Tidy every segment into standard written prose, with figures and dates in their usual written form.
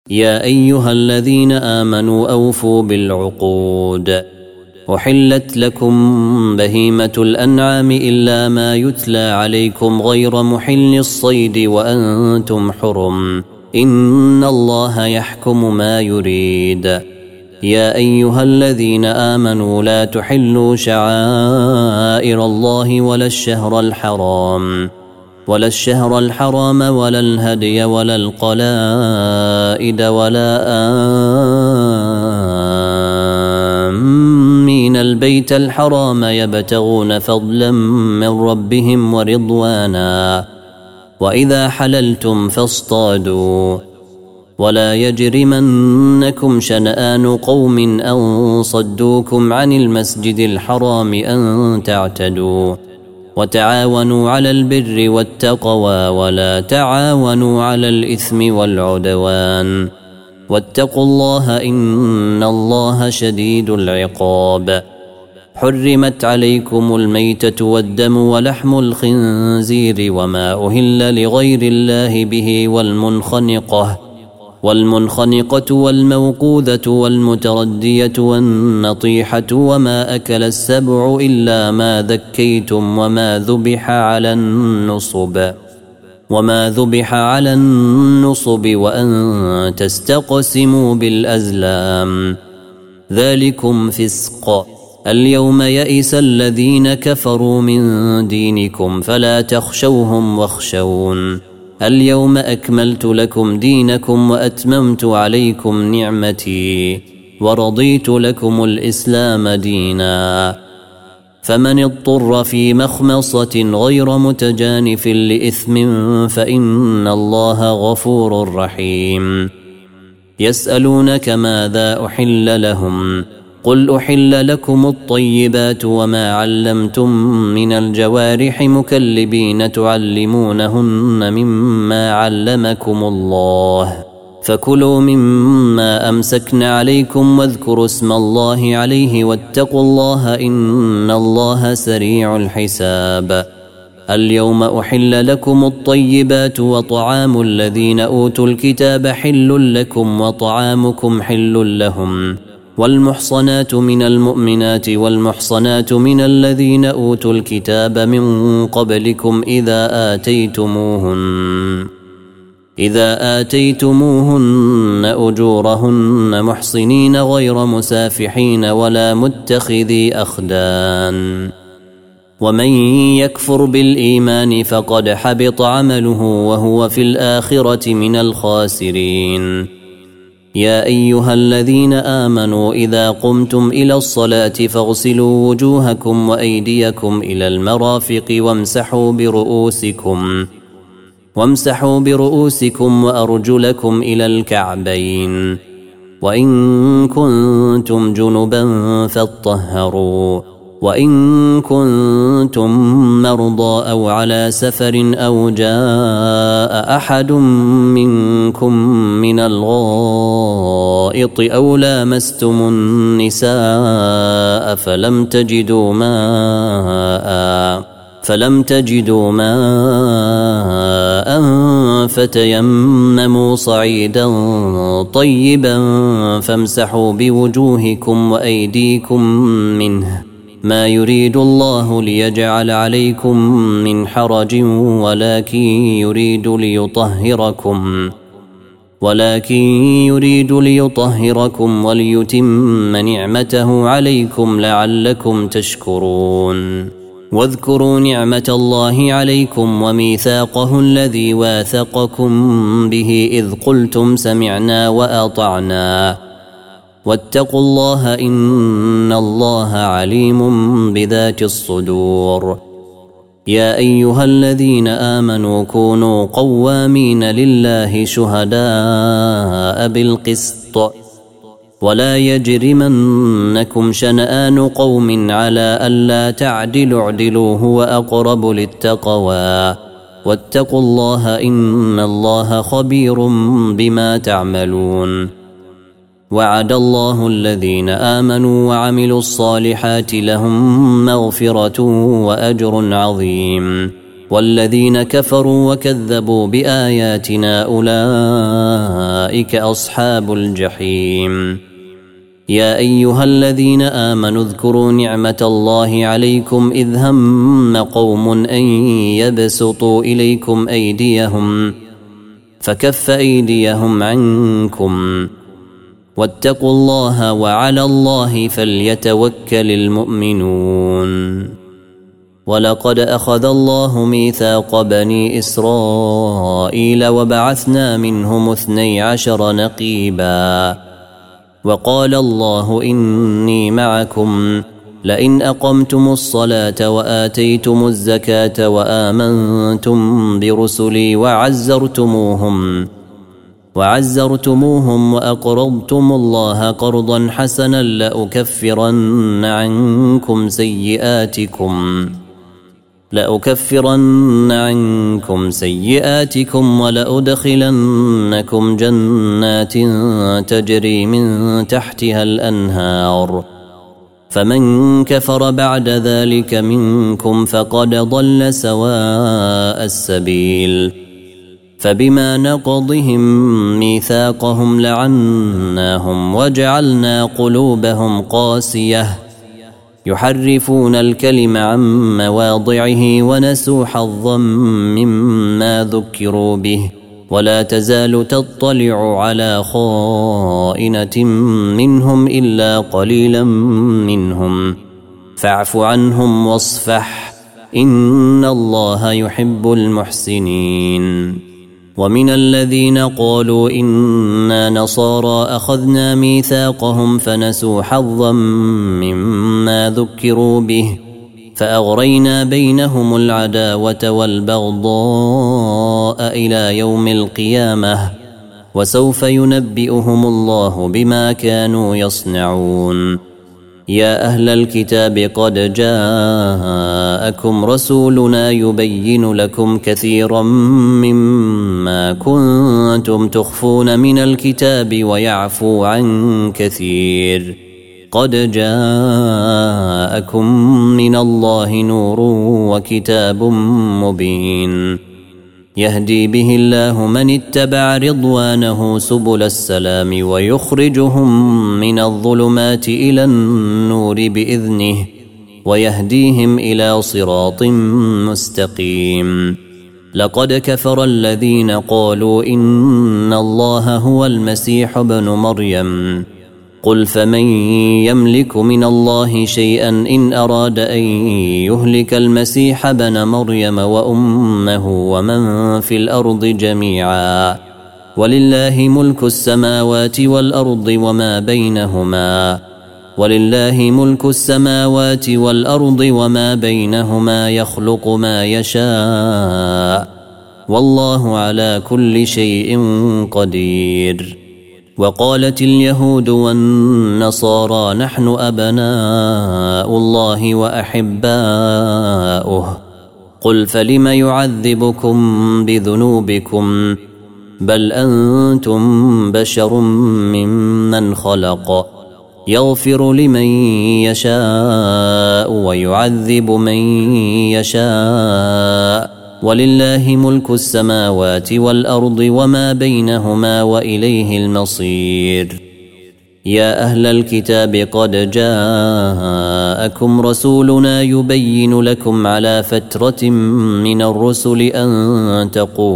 يا أيها الذين آمنوا أوفوا بالعقود أحلت لكم بهيمة الأنعام إلا ما يتلى عليكم غير محل الصيد وأنتم حرم إن الله يحكم ما يريد يا أيها الذين آمنوا لا تحلوا شعائر الله ولا الشهر الحرام ولا الهدي ولا القلائد ولا آمين البيت الحرام يبتغون فضلا من ربهم ورضوانا وإذا حللتم فاصطادوا ولا يجرمنكم شنآن قوم أن صدوكم عن المسجد الحرام أن تعتدوا وتعاونوا على البر والتقوى ولا تعاونوا على الإثم والعدوان واتقوا الله إن الله شديد العقاب حرمت عليكم الميتة والدم ولحم الخنزير وما أهل لغير الله به والمنخنقة والموقوذة والمتردية والنطيحة وما أكل السبع إلا ما ذكيتم وما ذبح على النصب وأن تستقسموا بالأزلام ذلكم فسق اليوم يئس الذين كفروا من دينكم فلا تخشوهم واخشون اليوم أكملت لكم دينكم وأتممت عليكم نعمتي ورضيت لكم الإسلام دينا فمن اضطر في مخمصة غير متجانف لإثم فإن الله غفور رحيم يسألونك ماذا أحل لهم قل أحل لكم الطيبات وما علمتم من الجوارح مكلبين تعلمونهن مما علمكم الله فكلوا مما أمسكن عليكم واذكروا اسم الله عليه واتقوا الله إن الله سريع الحساب اليوم أحل لكم الطيبات وطعام الذين أوتوا الكتاب حل لكم وطعامكم حل لهم والمحصنات من المؤمنات والمحصنات من الذين أوتوا الكتاب من قبلكم إذا آتيتموهن أجورهن محصنين غير مسافحين ولا متخذي أخدان ومن يكفر بالإيمان فقد حبط عمله وهو في الآخرة من الخاسرين يا أيها الذين آمنوا إذا قمتم إلى الصلاة فاغسلوا وجوهكم وأيديكم إلى المرافق وامسحوا برؤوسكم وأرجلكم إلى الكعبين وإن كنتم جنبا فاطهروا وإن كنتم مرضى أو على سفر أو جاء أحد منكم من الغائط أو لامستم النساء فلم تجدوا ماء فتيمموا صعيدا طيبا فامسحوا بوجوهكم وأيديكم منه ما يريد الله ليجعل عليكم من حرج ولكن يريد ليطهركم وليتم نعمته عليكم لعلكم تشكرون واذكروا نعمة الله عليكم وميثاقه الذي واثقكم به إذ قلتم سمعنا وأطعنا واتقوا الله إن الله عليم بذات الصدور يا أيها الذين آمنوا كونوا قوامين لله شهداء بالقسط ولا يجرمنكم شنآن قوم على ألا تعدلوا اعدلوا هو أقرب للتقوى واتقوا الله إن الله خبير بما تعملون وعد الله الذين آمنوا وعملوا الصالحات لهم مغفرة وأجر عظيم والذين كفروا وكذبوا بآياتنا أولئك أولئك أصحاب الجحيم. يا أيها الذين آمنوا اذكروا نعمة الله عليكم إذ هم قوم أن يبسطوا إليكم أيديهم فكف أيديهم عنكم واتقوا الله وعلى الله فليتوكل المؤمنون. ولقد أخذ الله ميثاق بني إسرائيل وبعثنا منهم 12 نقيبا وقال الله إني معكم لئن أقمتم الصلاة وآتيتم الزكاة وآمنتم برسلي وعزرتموهم وأقرضتم الله قرضا حسنا لأكفرن عنكم سيئاتكم ولأدخلنكم جنات تجري من تحتها الأنهار فمن كفر بعد ذلك منكم فقد ضل سواء السبيل. فبما نقضهم ميثاقهم لعناهم وجعلنا قلوبهم قاسية يحرفون الكلم عن مواضعه ونسوا حظا مما ذكروا به ولا تزال تطلع على خائنة منهم إلا قليلا منهم فاعف عنهم واصفح إن الله يحب المحسنين. ومن الذين قالوا إنا نصارى أخذنا ميثاقهم فنسوا حظا مما ذكروا به فأغرينا بينهم العداوة والبغضاء إلى يوم القيامة وسوف ينبئهم الله بما كانوا يصنعون. يا أهل الكتاب قد جاءكم رسولنا يبين لكم كثيرا مما كنتم تخفون من الكتاب ويعفو عن كثير قد جاءكم من الله نور وكتاب مبين يهدي به الله من اتبع رضوانه سبل السلام ويخرجهم من الظلمات إلى النور بإذنه ويهديهم إلى صراط مستقيم. لقد كفر الذين قالوا إن الله هو المسيح ابن مريم قل فمن يملك من الله شيئا إن أراد أن يهلك المسيح ابن مريم وأمه ومن في الأرض جميعا ولله ملك السماوات والأرض وما بينهما يخلق ما يشاء والله على كل شيء قدير. وقالت اليهود والنصارى نحن أبناء الله وأحباؤه قل فلم يعذبكم بذنوبكم بل أنتم بشر ممن خلق يغفر لمن يشاء ويعذب من يشاء ولله ملك السماوات والأرض وما بينهما وإليه المصير. يا أهل الكتاب قد جاءكم رسولنا يبين لكم على فترة من الرسل أن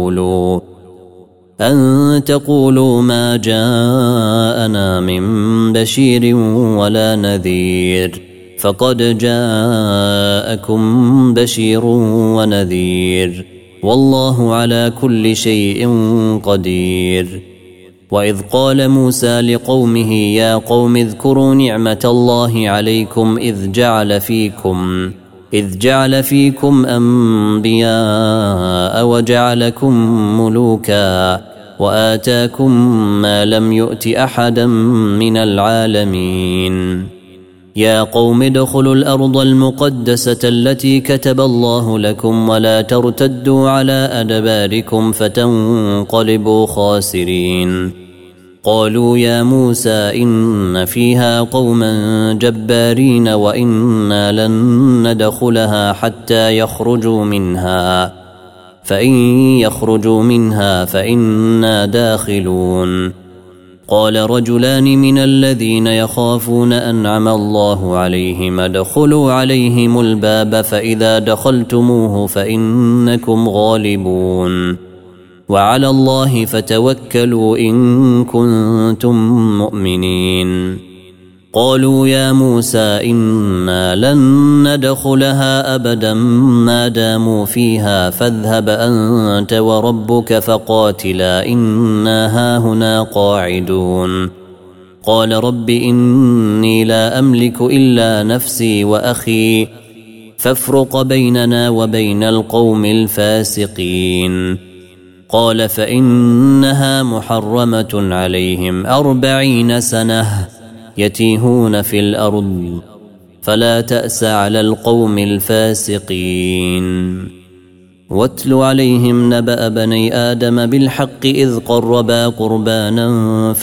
تقولوا ما جاءنا من بشير ولا نذير فقد جاءكم بشير ونذير والله على كل شيء قدير. وإذ قال موسى لقومه يا قوم اذكروا نعمة الله عليكم إذ جعل فيكم أنبياء وجعلكم ملوكا وآتاكم ما لم يؤت أحدا من العالمين. يا قوم ادخلوا الأرض المقدسة التي كتب الله لكم ولا ترتدوا على أدباركم فتنقلبوا خاسرين. قالوا يا موسى إن فيها قوما جبارين وإنا لن ندخلها حتى يخرجوا منها فإن يخرجوا منها فإنا داخلون قال رجلان من الذين يخافون أنعم الله عليهم ادخلوا عليهم الباب فإذا دخلتموه فإنكم غالبون وعلى الله فتوكلوا إن كنتم مؤمنين. قالوا يا موسى إنا لن ندخلها أبدا ما داموا فيها فاذهب أنت وربك فقاتلا إنا هاهنا قاعدون. قال رب إني لا أملك إلا نفسي وأخي فافرق بيننا وبين القوم الفاسقين. قال فإنها محرمة عليهم 40 سنة يتيهون في الأرض فلا تأس على القوم الفاسقين. واتل عليهم نبأ بني آدم بالحق إذ قربا قربانا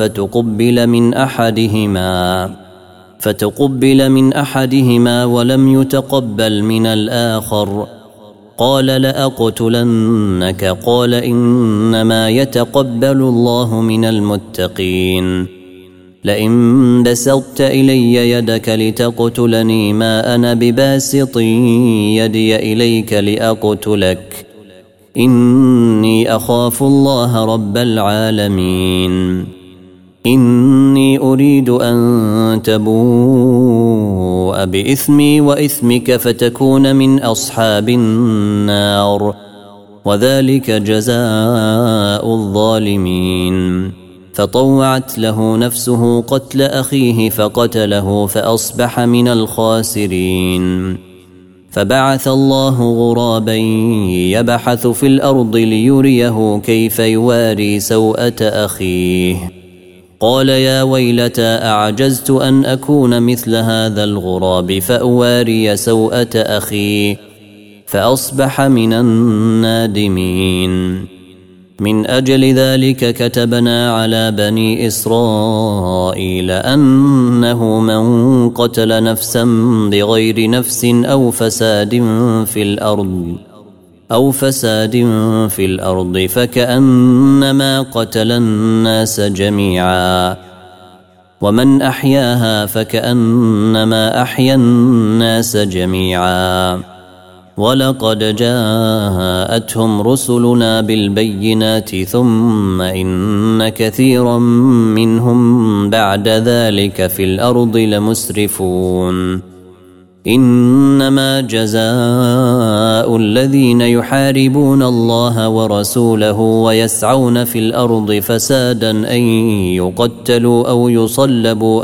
فتقبل من أحدهما ولم يتقبل من الآخر قال لأقتلنك قال إنما يتقبل الله من المتقين. لئن بسطت إلي يدك لتقتلني ما أنا بباسط يدي إليك لأقتلك إني أخاف الله رب العالمين. إني أريد أن تبوء بإثمي وإثمك فتكون من أصحاب النار وذلك جزاء الظالمين. فطوعت له نفسه قتل أخيه فقتله فأصبح من الخاسرين. فبعث الله غرابا يبحث في الأرض ليريه كيف يواري سوءة أخيه قال يا ويلتى أعجزت أن أكون مثل هذا الغراب فأواري سوءة أخي فأصبح من النادمين. من أجل ذلك كتبنا على بني إسرائيل أنه من قتل نفسا بغير نفس أو فساد في الأرض فكأنما قتل الناس جميعا ومن أحياها فكأنما أحيا الناس جميعا. ولقد جاءتهم رسلنا بالبينات ثم إن كثيرا منهم بعد ذلك في الأرض لمسرفون. إنما جزاء الذين يحاربون الله ورسوله ويسعون في الأرض فسادا أن يقتلوا أو يصلبوا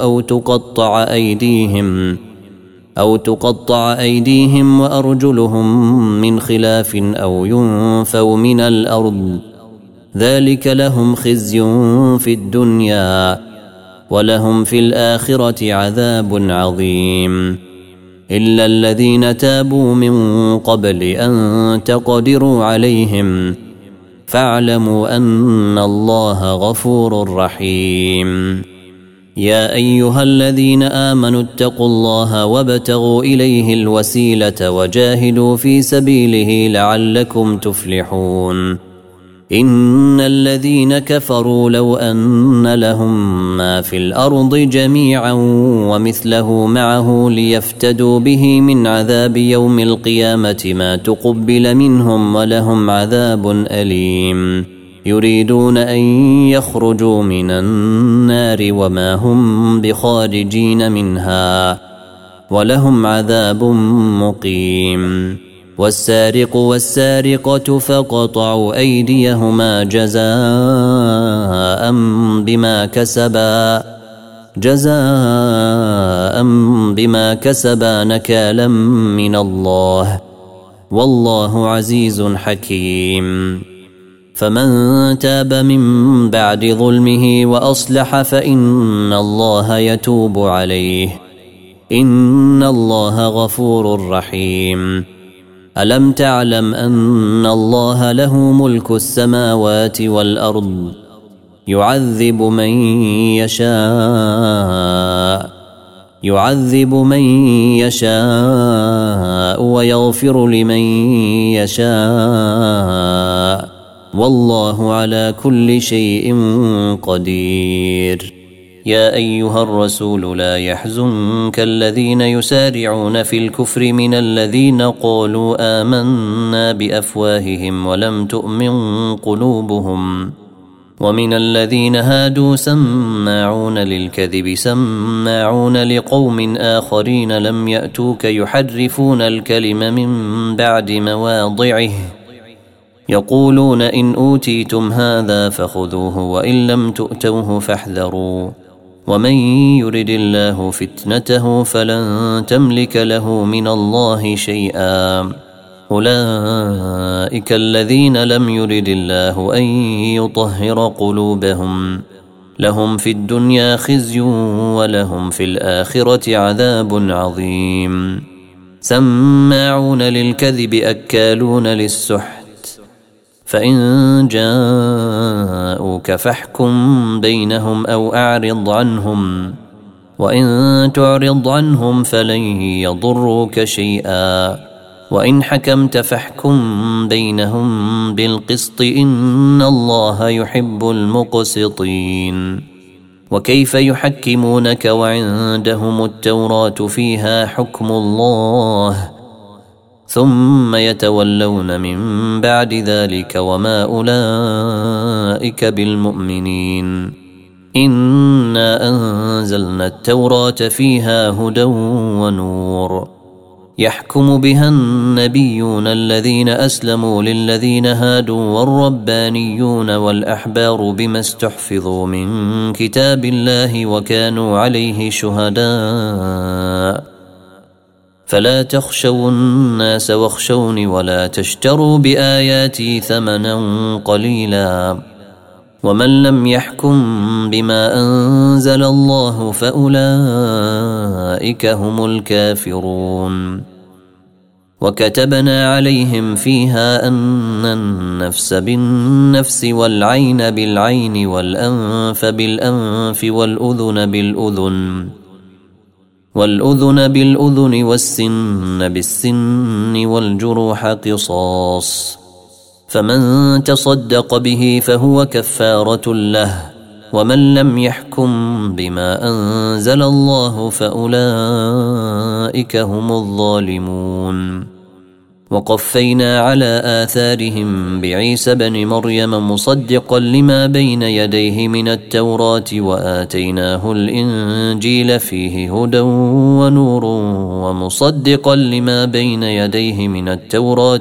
أو تقطع أيديهم وأرجلهم من خلاف أو ينفوا من الأرض ذلك لهم خزي في الدنيا ولهم في الآخرة عذاب عظيم. إلا الذين تابوا من قبل أن تقدروا عليهم فاعلموا أن الله غفور رحيم. يا أيها الذين آمنوا اتقوا الله وابتغوا إليه الوسيلة وجاهدوا في سبيله لعلكم تفلحون. إن الذين كفروا لو أن لهم ما في الأرض جميعا ومثله معه ليفتدوا به من عذاب يوم القيامة ما تقبل منهم ولهم عذاب أليم. يريدون أن يخرجوا من النار وما هم بخارجين منها ولهم عذاب مقيم. والسارق والسارقة فقطعوا أيديهما جزاء بما كسبا نكالا من الله والله عزيز حكيم. فمن تاب من بعد ظلمه وأصلح فإن الله يتوب عليه إن الله غفور رحيم. ألم تعلم أن الله له ملك السماوات والأرض يعذب من يشاء ويغفر لمن يشاء والله على كل شيء قدير. يا أيها الرسول لا يحزنك الذين يسارعون في الكفر من الذين قالوا آمنا بأفواههم ولم تؤمن قلوبهم، ومن الذين هادوا سماعون للكذب سماعون لقوم آخرين لم يأتوك يحرفون الكلم من بعد مواضعه، يقولون إن أوتيتم هذا فخذوه وإن لم تؤتوه فاحذروا، ومن يرد الله فتنته فلن تملك له من الله شيئا. أولئك الذين لم يرد الله أن يطهر قلوبهم، لهم في الدنيا خزي ولهم في الآخرة عذاب عظيم. سماعون للكذب أكالون للسحت، فإن جاءوك فاحكم بينهم أو أعرض عنهم، وإن تعرض عنهم فلن يضروك شيئا، وإن حكمت فاحكم بينهم بالقسط إن الله يحب المقسطين. وكيف يحكمونك وعندهم التوراة فيها حكم الله ثم يتولون من بعد ذلك وما أولئك بالمؤمنين. إنا أنزلنا التوراة فيها هدى ونور، يحكم بها النبيون الذين أسلموا للذين هادوا والربانيون والأحبار بما استحفظوا من كتاب الله وكانوا عليه شهداء، فلا تخشوا الناس واخشوني ولا تشتروا بآياتي ثمنا قليلا، ومن لم يحكم بما أنزل الله فأولئك هم الكافرون. وكتبنا عليهم فيها أن النفس بالنفس والعين بالعين والأنف بالأنف والأذن بالأذن والسن بالسن والجروح قصاص، فمن تصدق به فهو كفارة له، ومن لم يحكم بما أنزل الله فأولئك هم الظالمون. وقفينا على آثارهم بعيسى بن مريم مصدقا لما بين يديه من التوراة وآتيناه الإنجيل فيه هدى ونور ومصدقا لما بين يديه من التوراة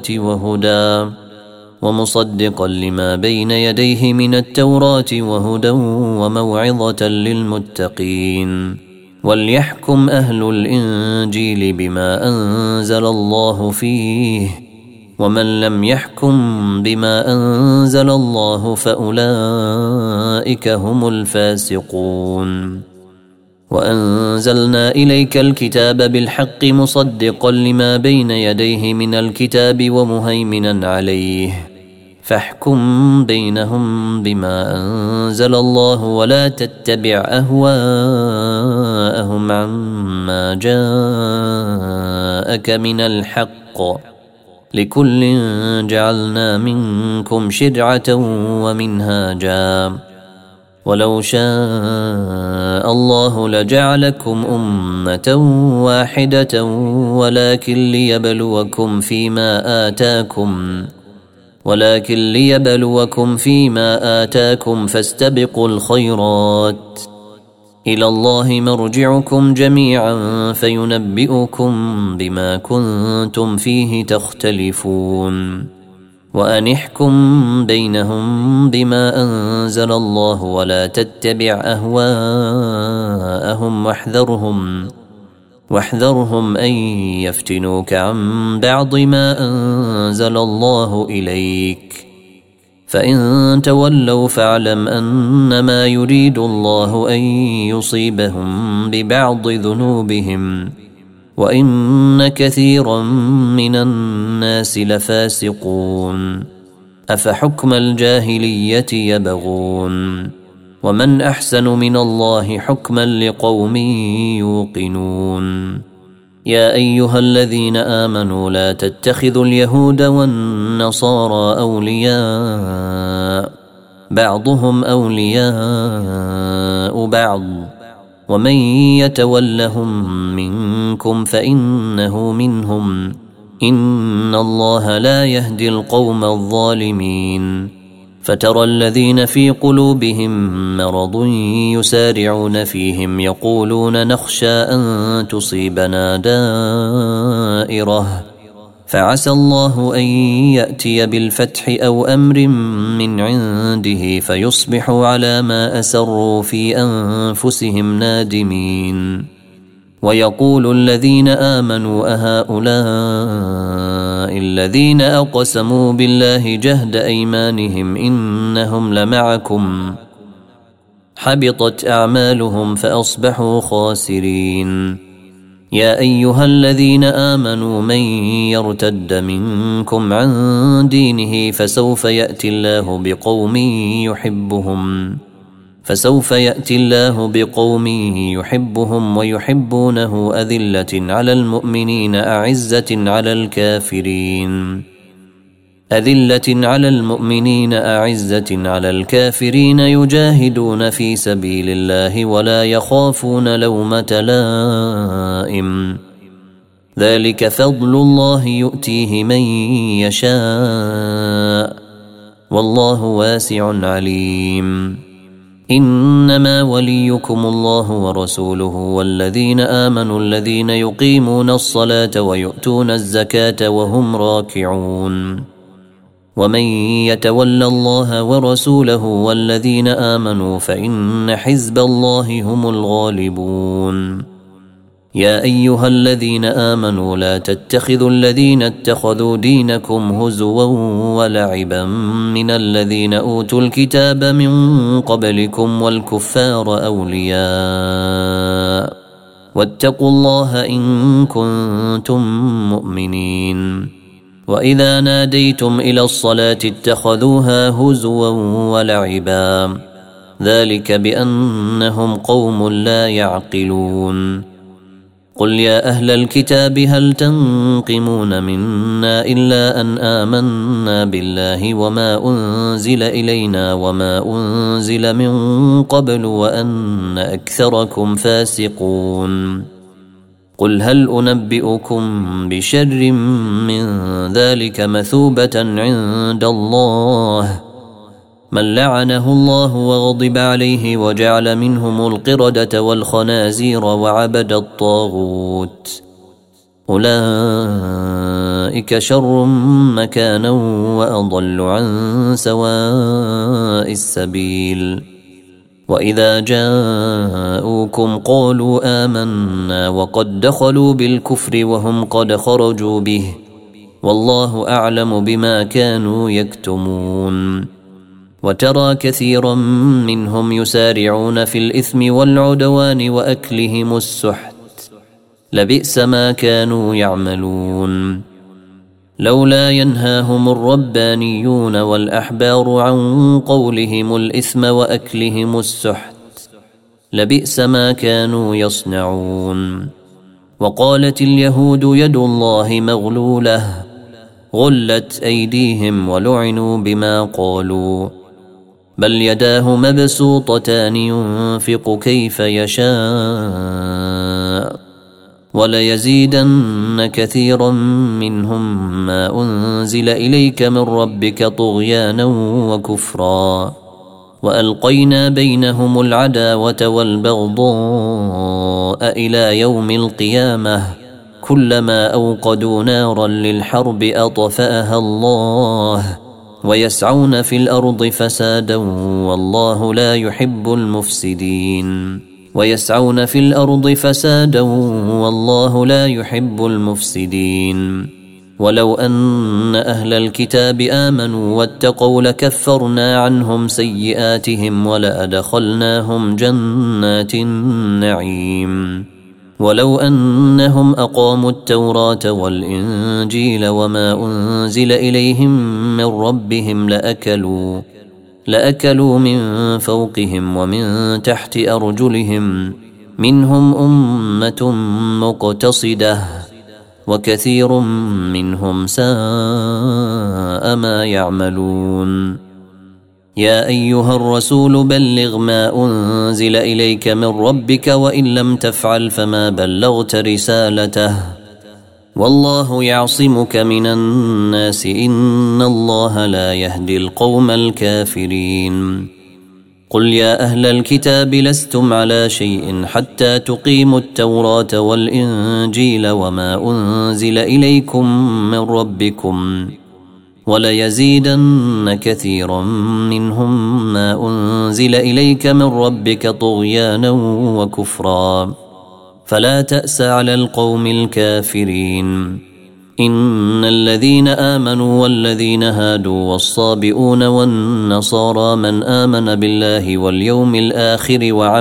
وهدى وموعظة للمتقين. وليحكم أهل الإنجيل بما أنزل الله فيه، ومن لم يحكم بما أنزل الله فأولئك هم الفاسقون. وأنزلنا إليك الكتاب بالحق مصدقا لما بين يديه من الكتاب ومهيمنا عليه، فاحكم بينهم بما أنزل الله ولا تتبع أهواءهم عما جاءك من الحق، لكل جعلنا منكم شرعة ومنهاجا، ولو شاء الله لجعلكم أمة واحدة ولكن ليبلوكم فيما آتاكم فاستبقوا الخيرات، إلى الله مرجعكم جميعا فينبئكم بما كنتم فيه تختلفون. وأن احكم بينهم بما أنزل الله ولا تتبع أهواءهم واحذرهم أن يفتنوك عن بعض ما أنزل الله إليك، فإن تولوا فاعلم أنما يريد الله أن يصيبهم ببعض ذنوبهم، وإن كثيرا من الناس لفاسقون. أفحكم الجاهلية يبغون، ومن أحسن من الله حكما لقوم يوقنون. يا أيها الذين آمنوا لا تتخذوا اليهود والنصارى أولياء بعضهم أولياء بعض ومن يتولهم منكم فإنه منهم إن الله لا يهدي القوم الظالمين فترى الذين في قلوبهم مرض يسارعون فيهم يقولون نخشى أن تصيبنا دائرة فعسى الله أن يأتي بالفتح أو أمر من عنده فيصبحوا على ما أسروا في أنفسهم نادمين ويقول الذين آمنوا أهؤلاء الذين أقسموا بالله جهد أيمانهم إنهم لمعكم حبطت أعمالهم فأصبحوا خاسرين يا أيها الذين آمنوا من يرتد منكم عن دينه فسوف يأتي الله بقوم يحبهم ويحبونه أذلة على المؤمنين أعزة على الكافرين يجاهدون في سبيل الله ولا يخافون لومة لائم ذلك فضل الله يؤتيه من يشاء والله واسع عليم إنما وليكم الله ورسوله والذين آمنوا الذين يقيمون الصلاة ويؤتون الزكاة وهم راكعون ومن يتول الله ورسوله والذين آمنوا فإن حزب الله هم الغالبون يا أيها الذين آمنوا لا تتخذوا الذين اتخذوا دينكم هزوا ولعبا من الذين أوتوا الكتاب من قبلكم والكفار أولياء واتقوا الله إن كنتم مؤمنين وإذا ناديتم إلى الصلاة اتخذوها هزوا ولعبا ذلك بأنهم قوم لا يعقلون قل يا أهل الكتاب هل تنقمون منا إلا أن آمنا بالله وما أنزل إلينا وما أنزل من قبل وأن أكثركم فاسقون قل هل أنبئكم بشر من ذلك مثوبة عند الله من لعنه الله وغضب عليه وجعل منهم القردة والخنازير وعبد الطاغوت أولئك شر مكانا وأضل عن سواء السبيل وإذا جاءوكم قالوا آمنا وقد دخلوا بالكفر وهم قد خرجوا به والله أعلم بما كانوا يكتمون وترى كثيرا منهم يسارعون في الإثم والعدوان وأكلهم السحت لبئس ما كانوا يعملون لولا ينهاهم الربانيون والأحبار عن قولهم الإثم وأكلهم السحت لبئس ما كانوا يصنعون وقالت اليهود يد الله مغلولة غلت أيديهم ولعنوا بما قالوا بل يداه مبسوطتان ينفق كيف يشاء وليزيدن كثيرا منهم ما أنزل إليك من ربك طغيانا وكفرا وألقينا بينهم العداوة والبغضاء إلى يوم القيامة كلما أوقدوا نارا للحرب أطفأها الله ويسعون في الأرض فسادا والله لا يحب المفسدين ولو أن أهل الكتاب آمنوا واتقوا لكفرنا عنهم سيئاتهم ولأدخلناهم جنات النعيم ولو أنهم أقاموا التوراة والإنجيل وما أنزل إليهم من ربهم لأكلوا من فوقهم ومن تحت أرجلهم منهم أمة مقتصدة وكثير منهم ساء ما يعملون. يا أيها الرسول بلغ ما أنزل إليك من ربك وإن لم تفعل فما بلغت رسالته والله يعصمك من الناس إن الله لا يهدي القوم الكافرين. قل يا أهل الكتاب لستم على شيء حتى تقيموا التوراة والإنجيل وما أنزل إليكم من ربكم وليزيدن كثيرا منهم ما أنزل إليك من ربك طغيانا وكفرا فلا تأس على القوم الكافرين. إن الذين آمنوا والذين هادوا والصابئون والنصارى من آمن بالله واليوم الآخر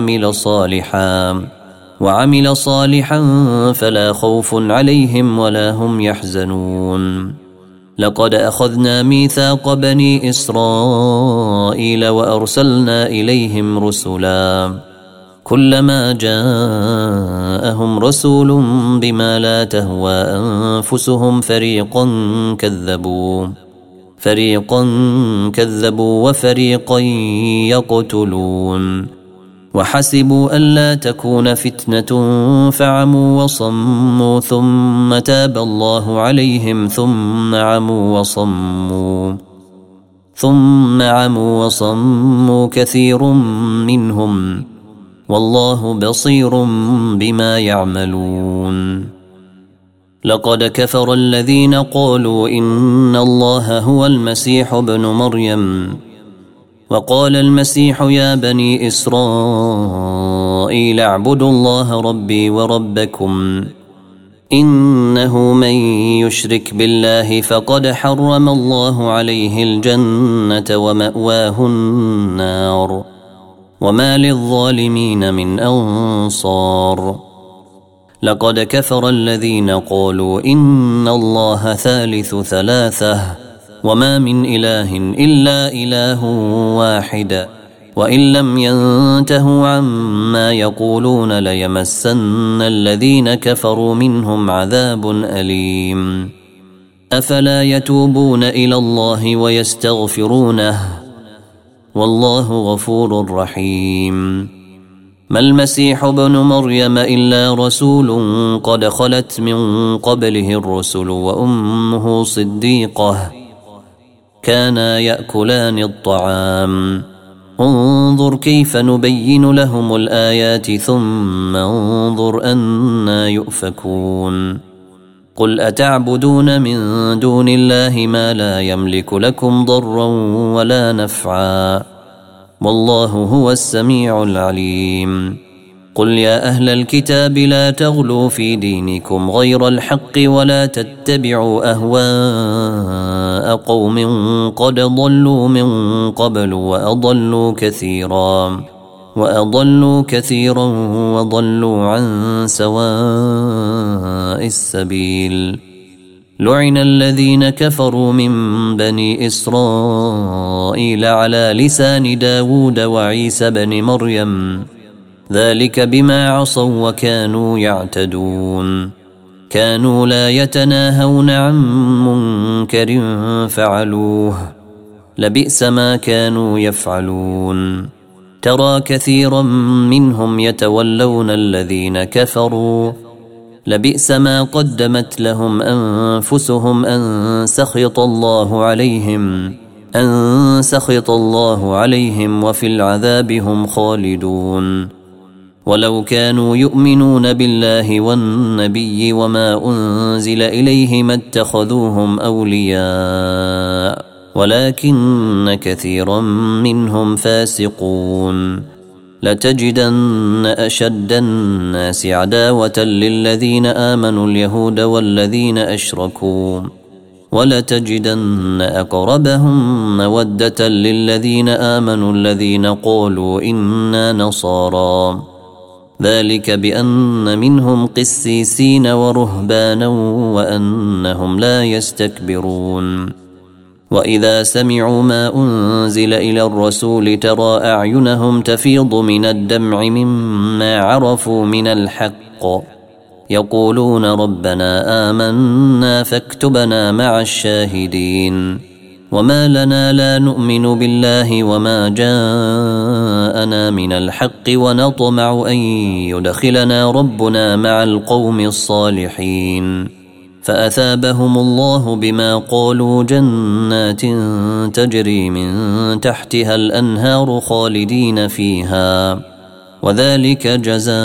وعمل صالحا فلا خوف عليهم ولا هم يحزنون. لقد أخذنا ميثاق بني إسرائيل وأرسلنا إليهم رسلا كلما جاءهم رسول بما لا تهوى أنفسهم فريقا كذبوا وفريقا يقتلون وحسبوا ألا تكون فتنة فعموا وصموا ثم تاب الله عليهم ثم عموا وصموا كثير منهم والله بصير بما يعملون. لقد كفر الذين قالوا إن الله هو المسيح ابن مريم وقال المسيح يا بني إسرائيل اعبدوا الله ربي وربكم إنه من يشرك بالله فقد حرم الله عليه الجنة ومأواه النار وما للظالمين من أنصار. لقد كفر الذين قالوا إن الله ثالث ثلاثة وما من إله إلا إله واحد وإن لم ينتهوا عما يقولون ليمسن الذين كفروا منهم عذاب أليم. أفلا يتوبون إلى الله ويستغفرونه والله غفور رحيم. ما المسيح ابن مريم إلا رسول قد خلت من قبله الرسل وأمه صديقة كانا يأكلان الطعام انظر كيف نبين لهم الآيات ثم انظر أنا يؤفكون. قل أتعبدون من دون الله ما لا يملك لكم ضرا ولا نفعا والله هو السميع العليم. قل يا أهل الكتاب لا تغلوا في دينكم غير الحق ولا تتبعوا أهواء قوم قد ضلوا من قبل وأضلوا كثيرا وضلوا عن سواء السبيل. لعن الذين كفروا من بني إسرائيل على لسان داود وعيسى بن مريم ذلك بما عصوا وكانوا يعتدون. كانوا لا يتناهون عن منكر فعلوه لبئس ما كانوا يفعلون. ترى كثيرا منهم يتولون الذين كفروا لبئس ما قدمت لهم أنفسهم أن سخط الله عليهم وفي العذاب هم خالدون. ولو كانوا يؤمنون بالله والنبي وما أنزل إليه ما اتخذوهم أولياء ولكن كثيرا منهم فاسقون. لتجدن أشد الناس عداوة للذين آمنوا اليهود والذين أشركوا ولتجدن أقربهم مودة للذين آمنوا الذين قالوا إنا نصارى ذلك بأن منهم قسيسين ورهبانا وأنهم لا يستكبرون. وإذا سمعوا ما أنزل إلى الرسول ترى أعينهم تفيض من الدمع مما عرفوا من الحق يقولون ربنا آمنا فاكتبنا مع الشاهدين وما لنا لا نؤمن بالله وما جاءنا من الحق ونطمع أن يدخلنا ربنا مع القوم الصالحين فأثابهم الله بما قالوا جنات تجري من تحتها الأنهار خالدين فيها وذلك جزاء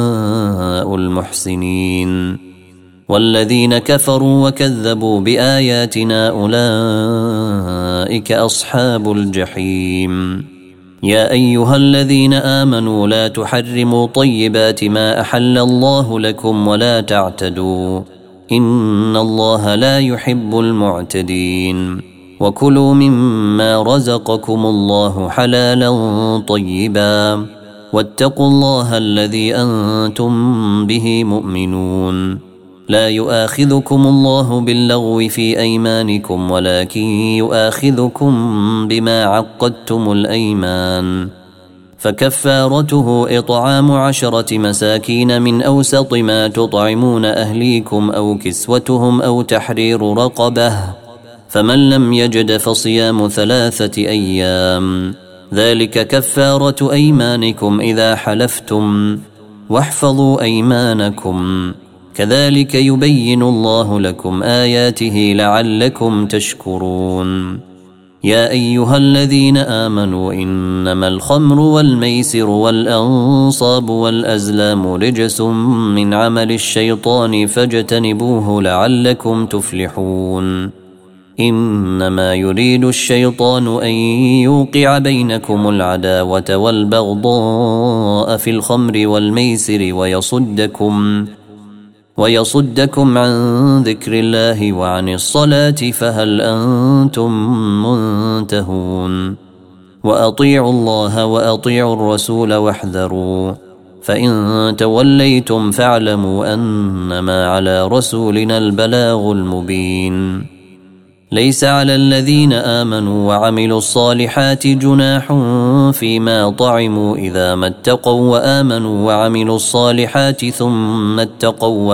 المحسنين والذين كفروا وكذبوا بآياتنا أولئك أصحاب الجحيم يا أيها الذين آمنوا لا تحرموا طيبات ما أحل الله لكم ولا تعتدوا إن الله لا يحب المعتدين وكلوا مما رزقكم الله حلالا طيبا واتقوا الله الذي أنتم به مؤمنون لا يؤاخذكم الله باللغو في أيمانكم ولكن يؤاخذكم بما عقدتم الأيمان فكفارته إطعام 10 مساكين من أوسط ما تطعمون أهليكم أو كسوتهم أو تحرير رقبة فمن لم يجد فصيام 3 أيام ذلك كفارة أيمانكم إذا حلفتم واحفظوا أيمانكم كذلك يبين الله لكم آياته لعلكم تشكرون يا أيها الذين آمنوا إنما الخمر والميسر والأنصاب والأزلام رجس من عمل الشيطان فاجتنبوه لعلكم تفلحون إنما يريد الشيطان أن يوقع بينكم العداوة والبغضاء في الخمر والميسر ويصدكم عن ذكر الله وعن الصلاة فهل أنتم منتهون وأطيعوا الله وأطيعوا الرسول واحذروا فإن توليتم فاعلموا أنما على رسولنا البلاغ المبين ليس على الذين آمنوا وعملوا الصالحات جناح فيما طعموا إذا ما اتقوا وآمنوا وعملوا الصالحات ثم اتقوا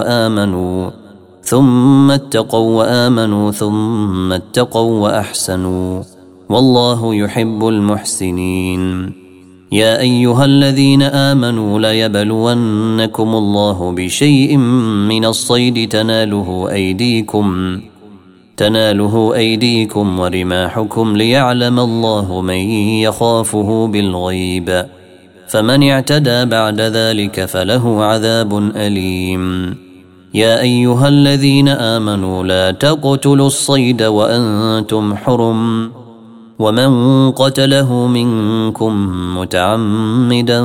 وآمنوا ثم اتقوا وأحسنوا والله يحب المحسنين يا أيها الذين آمنوا ليبلونكم الله بشيء من الصيد تناله أيديكم ورماحكم ليعلم الله من يخافه بالغيب فمن اعتدى بعد ذلك فله عذاب أليم يا أيها الذين آمنوا لا تقتلوا الصيد وأنتم حرم ومن قتله منكم متعمدا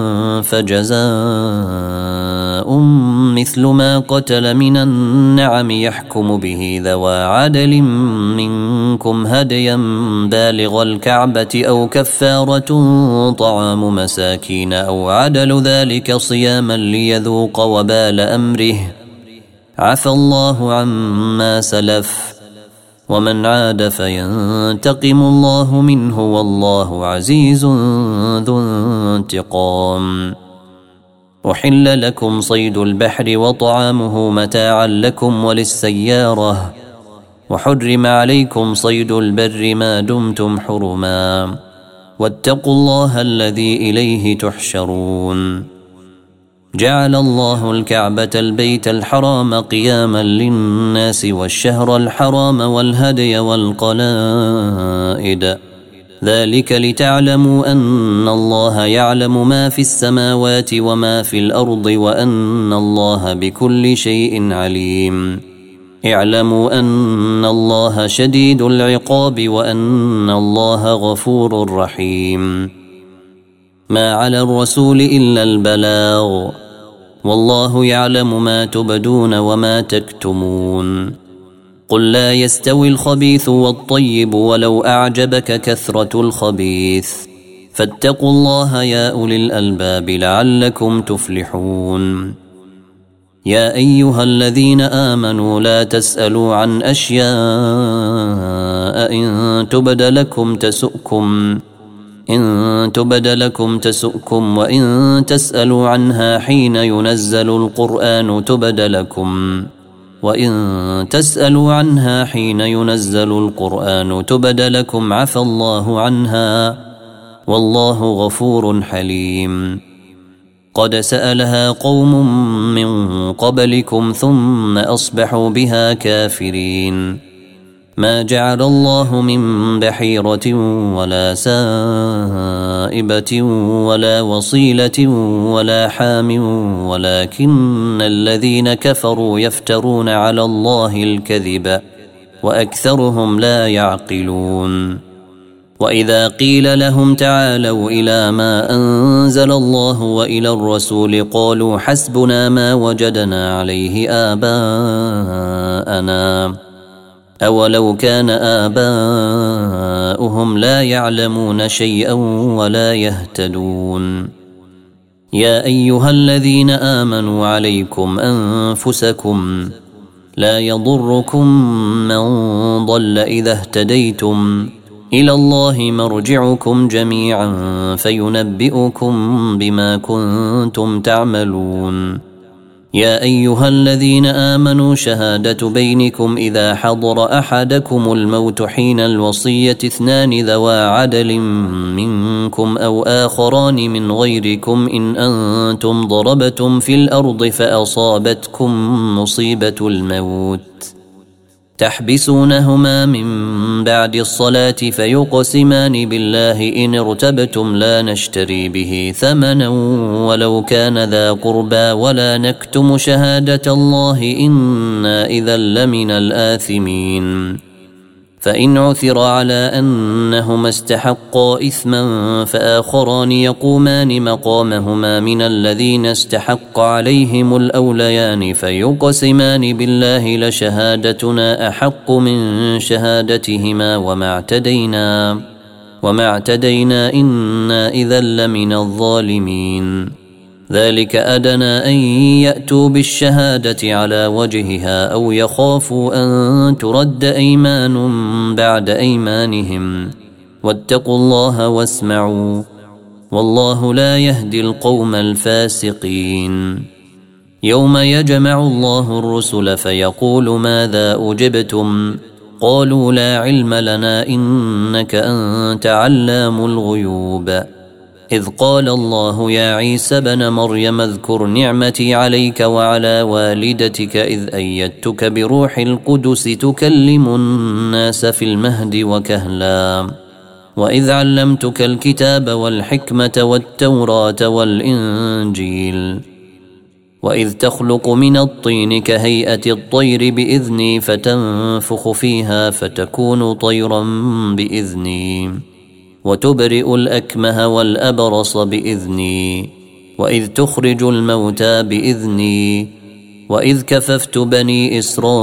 فجزاء مثل ما قتل من النعم يحكم به ذوى عدل منكم هديا بالغ الكعبة أو كفارة طعام مساكين أو عدل ذلك صياما ليذوق وبال أمره عفى الله عما سلف ومن عاد فينتقم الله منه والله عزيز ذو انتقام أحل لكم صيد البحر وطعامه متاعا لكم وللسيارة وحرم عليكم صيد البر ما دمتم حرما واتقوا الله الذي إليه تحشرون جعل الله الكعبة البيت الحرام قياما للناس والشهر الحرام والهدي والقلائد ذلك لتعلموا أن الله يعلم ما في السماوات وما في الأرض وأن الله بكل شيء عليم اعلموا أن الله شديد العقاب وأن الله غفور رحيم ما على الرسول إلا البلاغ والله يعلم ما تبدون وما تكتمون قل لا يستوي الخبيث والطيب ولو أعجبك كثرة الخبيث فاتقوا الله يا أولي الألباب لعلكم تفلحون يا أيها الذين آمنوا لا تسألوا عن أشياء إن تبد لكم تسؤكم وإن تسألوا عنها حين ينزل القرآن تبد لكم عفى الله عنها والله غفور حليم. قد سألها قوم من قبلكم ثم أصبحوا بها كافرين. ما جعل الله من بحيرة ولا سائبة ولا وصيلة ولا حام ولكن الذين كفروا يفترون على الله الكذب وأكثرهم لا يعقلون. وإذا قيل لهم تعالوا إلى ما أنزل الله وإلى الرسول قالوا حسبنا ما وجدنا عليه آباءنا أولو كان آباؤهم لا يعلمون شيئا ولا يهتدون. يا أيها الذين آمنوا عليكم أنفسكم لا يضركم من ضل إذا اهتديتم إلى الله مرجعكم جميعا فينبئكم بما كنتم تعملون. يا أيها الذين آمنوا شهادة بينكم إذا حضر أحدكم الموت حين الوصية 2 ذوى عدل منكم أو آخران من غيركم إن أنتم ضربتم في الأرض فأصابتكم مصيبة الموت تحبسونهما من بعد الصلاة فيقسمان بالله إن ارتبتم لا نشتري به ثمنا ولو كان ذا قربى ولا نكتم شهادة الله إنا إذا لمن الآثمين. فإن عثر على أنهما استحقا إثما فآخران يقومان مقامهما من الذين استحق عليهم الأوليان فيقسمان بالله لشهادتنا أحق من شهادتهما وما اعتدينا إنا إذا لمن الظالمين. ذلك أدنى أن يأتوا بالشهادة على وجهها أو يخافوا أن ترد أيمان بعد أيمانهم واتقوا الله واسمعوا والله لا يهدي القوم الفاسقين. يوم يجمع الله الرسل فيقول ماذا أجبتم قالوا لا علم لنا إنك أنت علام الغيوب. إذ قال الله يا عيسى بن مريم اذكر نعمتي عليك وعلى والدتك إذ أيدتك بروح القدس تكلم الناس في المهد وكهلا وإذ علمتك الكتاب والحكمة والتوراة والإنجيل وإذ تخلق من الطين كهيئة الطير بإذني فتنفخ فيها فتكون طيرا بإذني وتبرئ الأكمه والأبرص بإذني وإذ تخرج الموتى بإذني وإذ كففت بني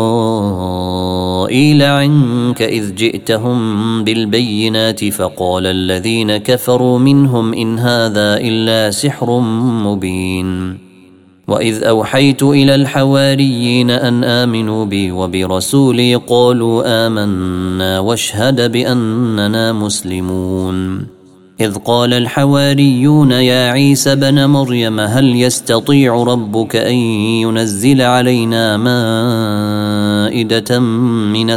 إسرائيل عنك إذ جئتهم بالبينات فقال الذين كفروا منهم إن هذا إلا سحر مبين. وإذ أوحيت إلى الحواريين أن آمنوا بي وبرسولي قالوا آمنا واشهد بأننا مسلمون. إذ قال الحواريون يا عيسى بن مريم هل يستطيع ربك أن ينزل علينا مائدة من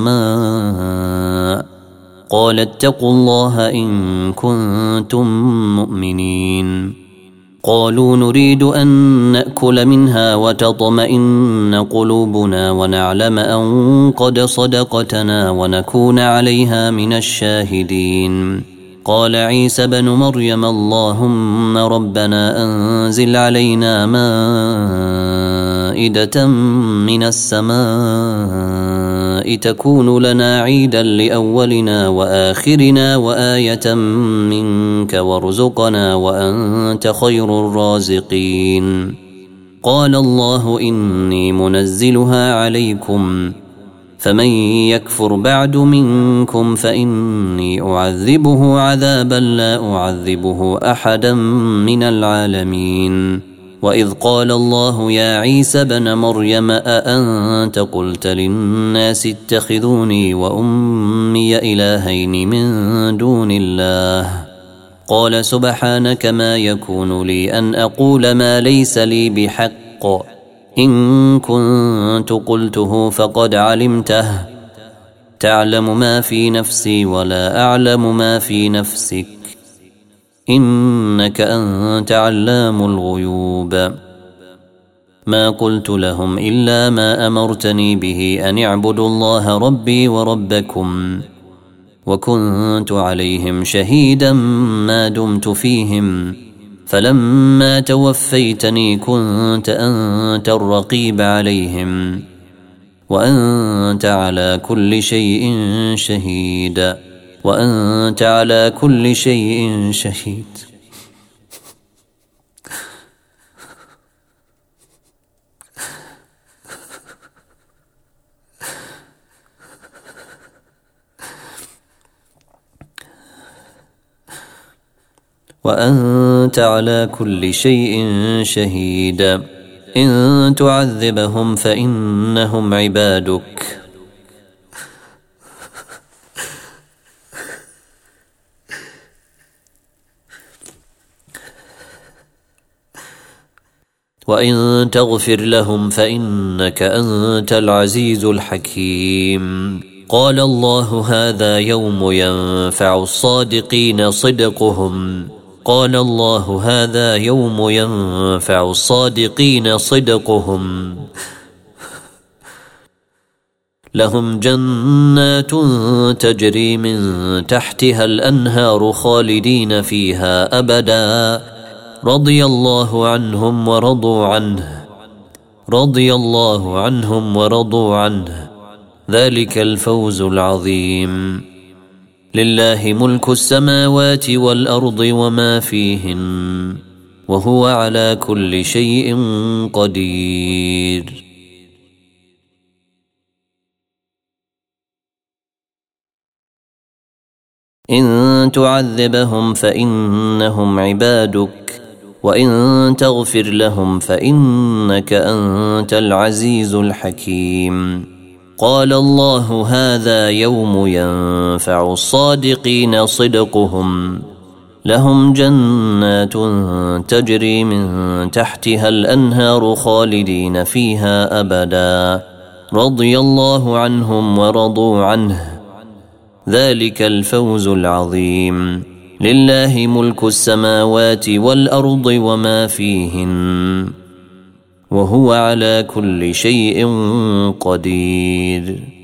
السماء قال اتقوا الله إن كنتم مؤمنين. قالوا نريد أن نأكل منها وتطمئن قلوبنا ونعلم أن قد صدقتنا ونكون عليها من الشاهدين. قال عيسى بن مريم اللهم ربنا أنزل علينا مائدة من السماء تكون لنا عيدا لأولنا وآخرنا وآية منك وارزقنا وأنت خير الرازقين. قال الله إني منزلها عليكم فمن يكفر بعد منكم فإني أعذبه عذابا لا أعذبه أحدا من العالمين وإذ قال الله يا عيسى ابن مريم أأنت قلت للناس اتخذوني وأمي إلهين من دون الله قال سبحانك ما يكون لي أن أقول ما ليس لي بحق إن كنت قلته فقد علمته تعلم ما في نفسي ولا أعلم ما في نفسك إنك أنت علام الغيوب ما قلت لهم إلا ما أمرتني به أن اعبدوا الله ربي وربكم وكنت عليهم شهيدا ما دمت فيهم فلما توفيتني كنت أنت الرقيب عليهم وأنت على كل شيء شهيد وأنت على كل شيء شهيد وأنت على كل شيء شهيد إن تعذبهم فإنهم عبادك وإن تغفر لهم فإنك أنت العزيز الحكيم قال الله هذا يوم ينفع الصادقين صدقهم قال الله هذا يوم ينفع الصادقين صدقهم لهم جنات تجري من تحتها الأنهار خالدين فيها أبدا رضي الله عنهم ورضوا عنه ذلك الفوز العظيم لله ملك السماوات والأرض وما فيهن وهو على كل شيء قدير إن تعذبهم فإنهم عبادك وإن تغفر لهم فإنك أنت العزيز الحكيم قال الله هذا يوم ينفع الصادقين صدقهم لهم جنات تجري من تحتها الأنهار خالدين فيها أبدا رضي الله عنهم ورضوا عنه ذلك الفوز العظيم لله ملك السماوات والأرض وما فيهن وهو على كل شيء قدير